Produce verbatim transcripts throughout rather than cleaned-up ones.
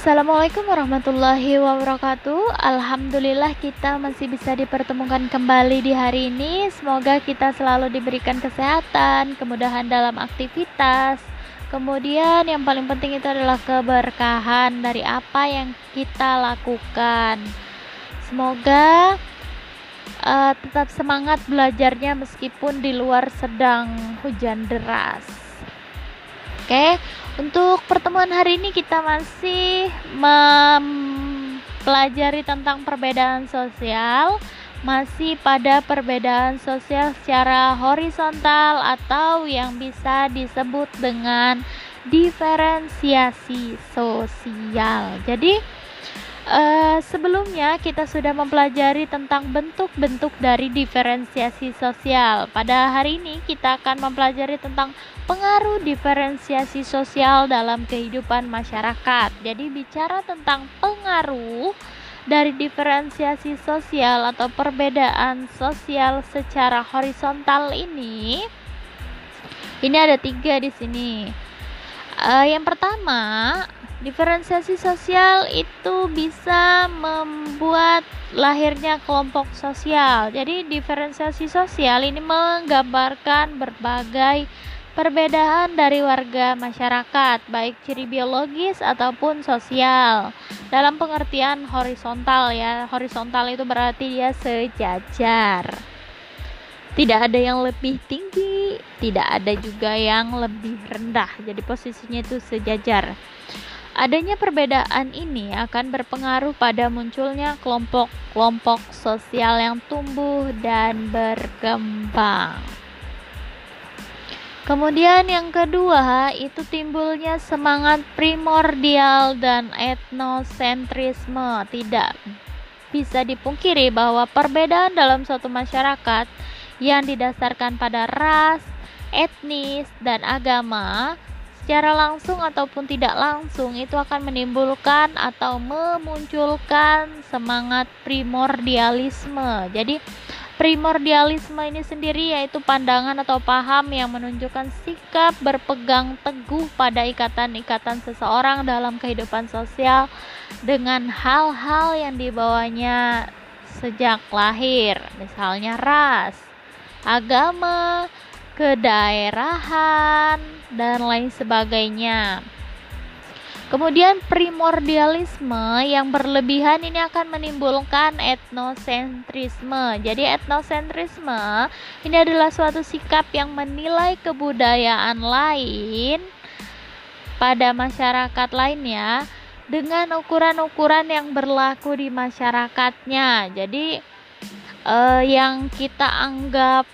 Assalamualaikum warahmatullahi wabarakatuh. Alhamdulillah kita masih bisa dipertemukan kembali di hari ini. Semoga kita selalu diberikan kesehatan, kemudahan dalam aktivitas. Kemudian yang paling penting itu adalah keberkahan dari apa yang kita lakukan. Semoga uh, tetap semangat belajarnya meskipun di luar sedang hujan deras. Oke, untuk pertemuan hari ini kita masih mempelajari tentang perbedaan sosial, masih pada perbedaan sosial secara horizontal atau yang bisa disebut dengan diferensiasi sosial. Jadi Uh, sebelumnya kita sudah mempelajari tentang bentuk-bentuk dari diferensiasi sosial. Pada hari ini kita akan mempelajari tentang pengaruh diferensiasi sosial dalam kehidupan masyarakat. Jadi bicara tentang pengaruh dari diferensiasi sosial atau perbedaan sosial secara horizontal ini, ini ada tiga di sini. Uh, yang pertama, diferensiasi sosial itu bisa membuat lahirnya kelompok sosial. Jadi diferensiasi sosial ini menggambarkan berbagai perbedaan dari warga masyarakat, baik ciri biologis ataupun sosial. Dalam pengertian horizontal ya, horizontal itu berarti dia sejajar. Tidak ada yang lebih tinggi, tidak ada juga yang lebih rendah. Jadi posisinya itu sejajar. Adanya perbedaan ini akan berpengaruh pada munculnya kelompok-kelompok sosial yang tumbuh dan berkembang. Kemudian yang kedua, itu timbulnya semangat primordial dan etnosentrisme. Tidak bisa dipungkiri bahwa perbedaan dalam suatu masyarakat yang didasarkan pada ras, etnis, dan agama secara langsung ataupun tidak langsung itu akan menimbulkan atau memunculkan semangat primordialisme. Jadi primordialisme ini sendiri yaitu pandangan atau paham yang menunjukkan sikap berpegang teguh pada ikatan-ikatan seseorang dalam kehidupan sosial dengan hal-hal yang dibawanya sejak lahir, misalnya ras, agama, kedaerahan, dan lain sebagainya. Kemudian primordialisme yang berlebihan ini akan menimbulkan etnosentrisme. Jadi etnosentrisme ini adalah suatu sikap yang menilai kebudayaan lain pada masyarakat lainnya dengan ukuran-ukuran yang berlaku di masyarakatnya. Jadi eh, yang kita anggap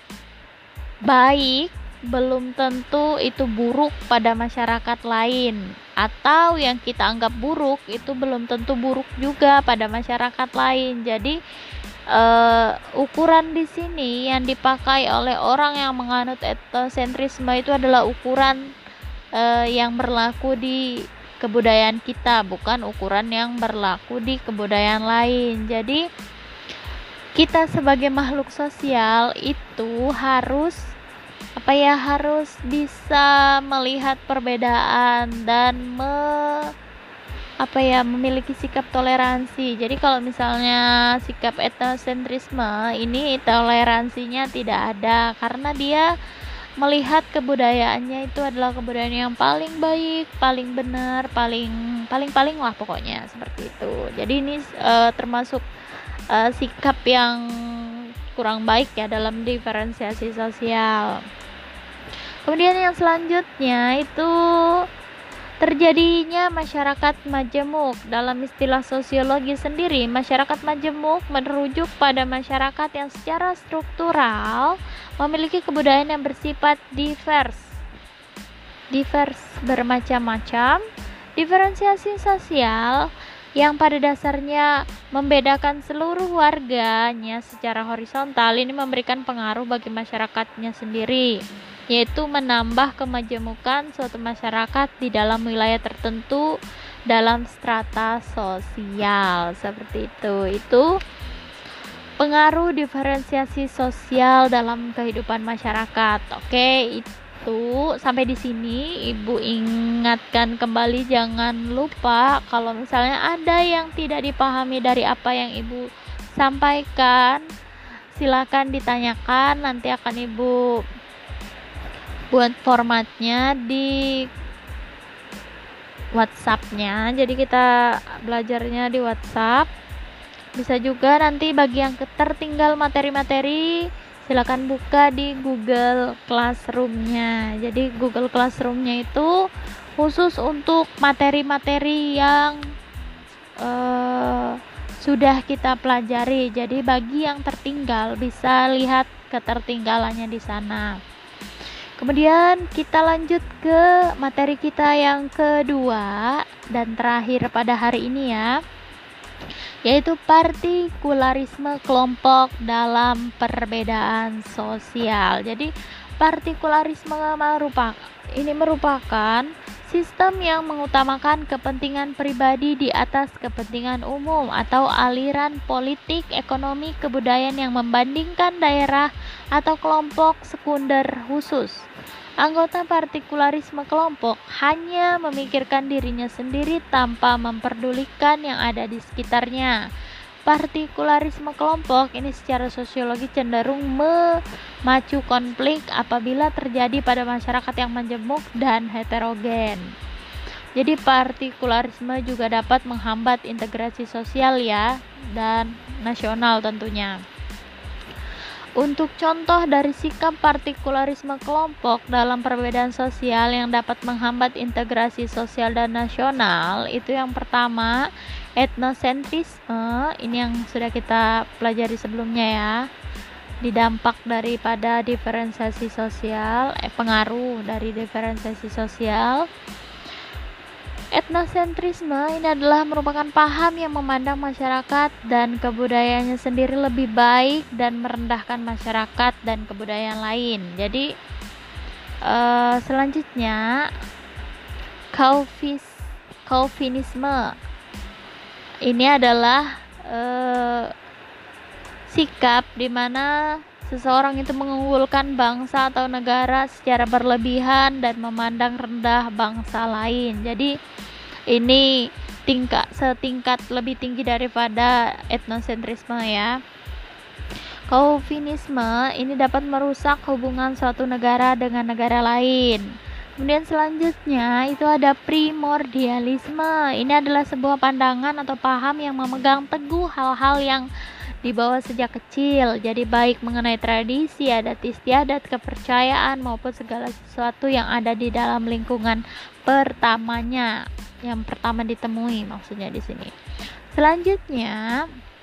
baik belum tentu itu buruk pada masyarakat lain, atau yang kita anggap buruk itu belum tentu buruk juga pada masyarakat lain. Jadi uh, ukuran di sini yang dipakai oleh orang yang menganut etnosentrisme itu adalah ukuran uh, yang berlaku di kebudayaan kita, bukan ukuran yang berlaku di kebudayaan lain. Jadi kita sebagai makhluk sosial itu harus apa ya harus bisa melihat perbedaan dan me, apa ya memiliki sikap toleransi. Jadi kalau misalnya sikap etnosentrisme ini toleransinya tidak ada karena dia melihat kebudayaannya itu adalah kebudayaan yang paling baik, paling benar, paling paling paling lah pokoknya seperti itu. Jadi ini uh, termasuk uh, sikap yang kurang baik ya dalam diferensiasi sosial. Kemudian yang selanjutnya itu terjadinya masyarakat majemuk. Dalam istilah sosiologi sendiri, masyarakat majemuk merujuk pada masyarakat yang secara struktural memiliki kebudayaan yang bersifat divers. Divers bermacam-macam. Diferensiasi sosial yang pada dasarnya membedakan seluruh warganya secara horizontal ini memberikan pengaruh bagi masyarakatnya sendiri, yaitu menambah kemajemukan suatu masyarakat di dalam wilayah tertentu dalam strata sosial seperti itu. Itu pengaruh diferensiasi sosial dalam kehidupan masyarakat. Oke, satu sampai di sini Ibu ingatkan kembali, jangan lupa kalau misalnya ada yang tidak dipahami dari apa yang Ibu sampaikan, silakan ditanyakan, nanti akan Ibu buat formatnya di WhatsApp-nya. Jadi kita belajarnya di WhatsApp. Bisa juga nanti bagi yang tertinggal materi-materi, silakan buka di Google Classroom-nya. Jadi Google Classroom-nya itu khusus untuk materi-materi yang uh, sudah kita pelajari. Jadi bagi yang tertinggal bisa lihat ketertinggalannya di sana. Kemudian kita lanjut ke materi kita yang kedua dan terakhir pada hari ini ya, yaitu partikularisme kelompok dalam perbedaan sosial. Jadi partikularisme merupakan ini merupakan sistem yang mengutamakan kepentingan pribadi di atas kepentingan umum atau aliran politik, ekonomi, kebudayaan yang membandingkan daerah atau kelompok sekunder khusus. Anggota partikularisme kelompok hanya memikirkan dirinya sendiri tanpa memperdulikan yang ada di sekitarnya. Partikularisme kelompok ini secara sosiologi cenderung memacu konflik apabila terjadi pada masyarakat yang majemuk dan heterogen. Jadi partikularisme juga dapat menghambat integrasi sosial ya, dan nasional tentunya. Untuk contoh dari sikap partikularisme kelompok dalam perbedaan sosial yang dapat menghambat integrasi sosial dan nasional, itu yang pertama, etnosentrisme. Ini yang sudah kita pelajari sebelumnya ya. Didampak daripada diferensiasi sosial, eh, pengaruh dari diferensiasi sosial. Etnosentrisme ini adalah merupakan paham yang memandang masyarakat dan kebudayaannya sendiri lebih baik dan merendahkan masyarakat dan kebudayaan lain. Jadi uh, selanjutnya Calvis, Calvinisme ini adalah uh, sikap di mana seseorang itu mengunggulkan bangsa atau negara secara berlebihan dan memandang rendah bangsa lain. Jadi ini tingkat setingkat lebih tinggi daripada etnosentrisme ya. Calvinisme ini dapat merusak hubungan suatu negara dengan negara lain. Kemudian selanjutnya itu ada primordialisme. Ini adalah sebuah pandangan atau paham yang memegang teguh hal-hal yang dibawa sejak kecil. Jadi baik mengenai tradisi, adat istiadat, kepercayaan maupun segala sesuatu yang ada di dalam lingkungan pertamanya, yang pertama ditemui maksudnya di sini. Selanjutnya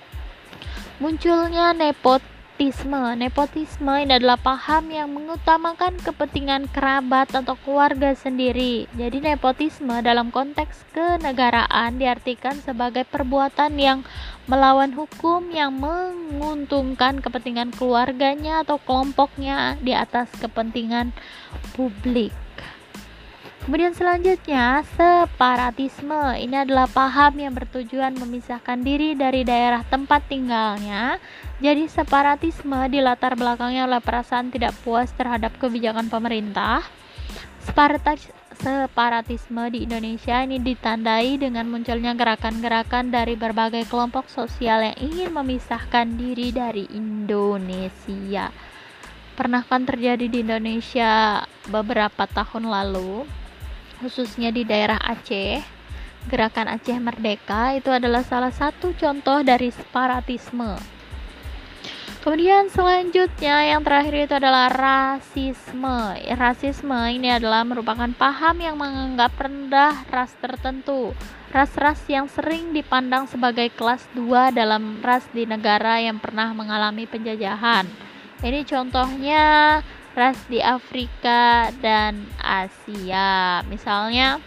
munculnya nepotisme. Nepotisme ini adalah paham yang mengutamakan kepentingan kerabat atau keluarga sendiri. Jadi nepotisme dalam konteks kenegaraan diartikan sebagai perbuatan yang melawan hukum yang menguntungkan kepentingan keluarganya atau kelompoknya di atas kepentingan publik. Kemudian selanjutnya separatisme. Ini adalah paham yang bertujuan memisahkan diri dari daerah tempat tinggalnya. Jadi separatisme dilatar belakangnya oleh perasaan tidak puas terhadap kebijakan pemerintah. Separatis separatisme di Indonesia ini ditandai dengan munculnya gerakan-gerakan dari berbagai kelompok sosial yang ingin memisahkan diri dari Indonesia. Pernah kan terjadi di Indonesia beberapa tahun lalu, khususnya di daerah Aceh. Gerakan Aceh Merdeka itu adalah salah satu contoh dari separatisme. Kemudian selanjutnya yang terakhir itu adalah rasisme. Rasisme ini adalah merupakan paham yang menganggap rendah ras tertentu. Ras-ras yang sering dipandang sebagai kelas dua dalam ras di negara yang pernah mengalami penjajahan. Ini contohnya ras di Afrika dan Asia. Misalnya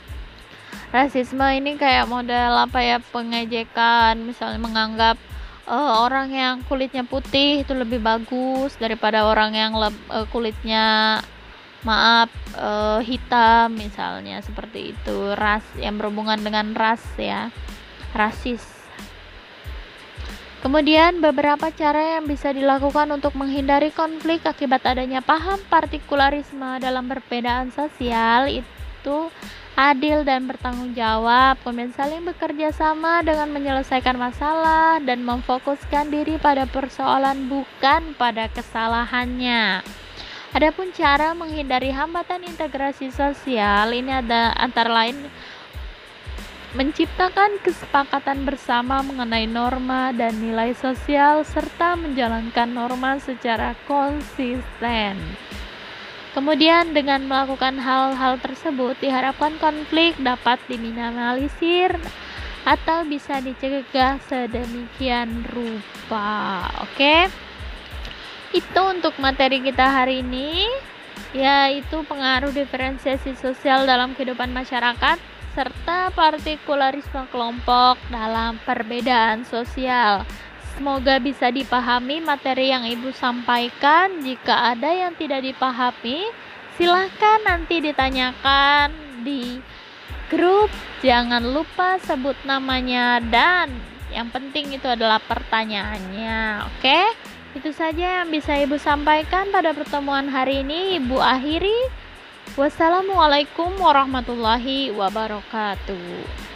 rasisme ini kayak model apa ya, pengejekan, misalnya menganggap Uh, orang yang kulitnya putih itu lebih bagus daripada orang yang le- uh, kulitnya maaf uh, hitam, misalnya seperti itu. Ras yang berhubungan dengan ras ya, rasis. Kemudian beberapa cara yang bisa dilakukan untuk menghindari konflik akibat adanya paham partikularisme dalam perbedaan sosial itu adil dan bertanggung jawab, kemudian saling bekerja sama dengan menyelesaikan masalah dan memfokuskan diri pada persoalan bukan pada kesalahannya. Adapun cara menghindari hambatan integrasi sosial ini ada antara lain menciptakan kesepakatan bersama mengenai norma dan nilai sosial serta menjalankan norma secara konsisten. Kemudian dengan melakukan hal-hal tersebut diharapkan konflik dapat diminimalisir atau bisa dicegah sedemikian rupa. Oke. Itu untuk materi kita hari ini, yaitu pengaruh diferensiasi sosial dalam kehidupan masyarakat serta partikularisme kelompok dalam perbedaan sosial. Semoga bisa dipahami materi yang Ibu sampaikan. Jika ada yang tidak dipahami, silahkan nanti ditanyakan di grup. Jangan lupa sebut namanya dan yang penting itu adalah pertanyaannya. Oke, itu saja yang bisa Ibu sampaikan pada pertemuan hari ini. Ibu akhiri. Wassalamualaikum warahmatullahi wabarakatuh.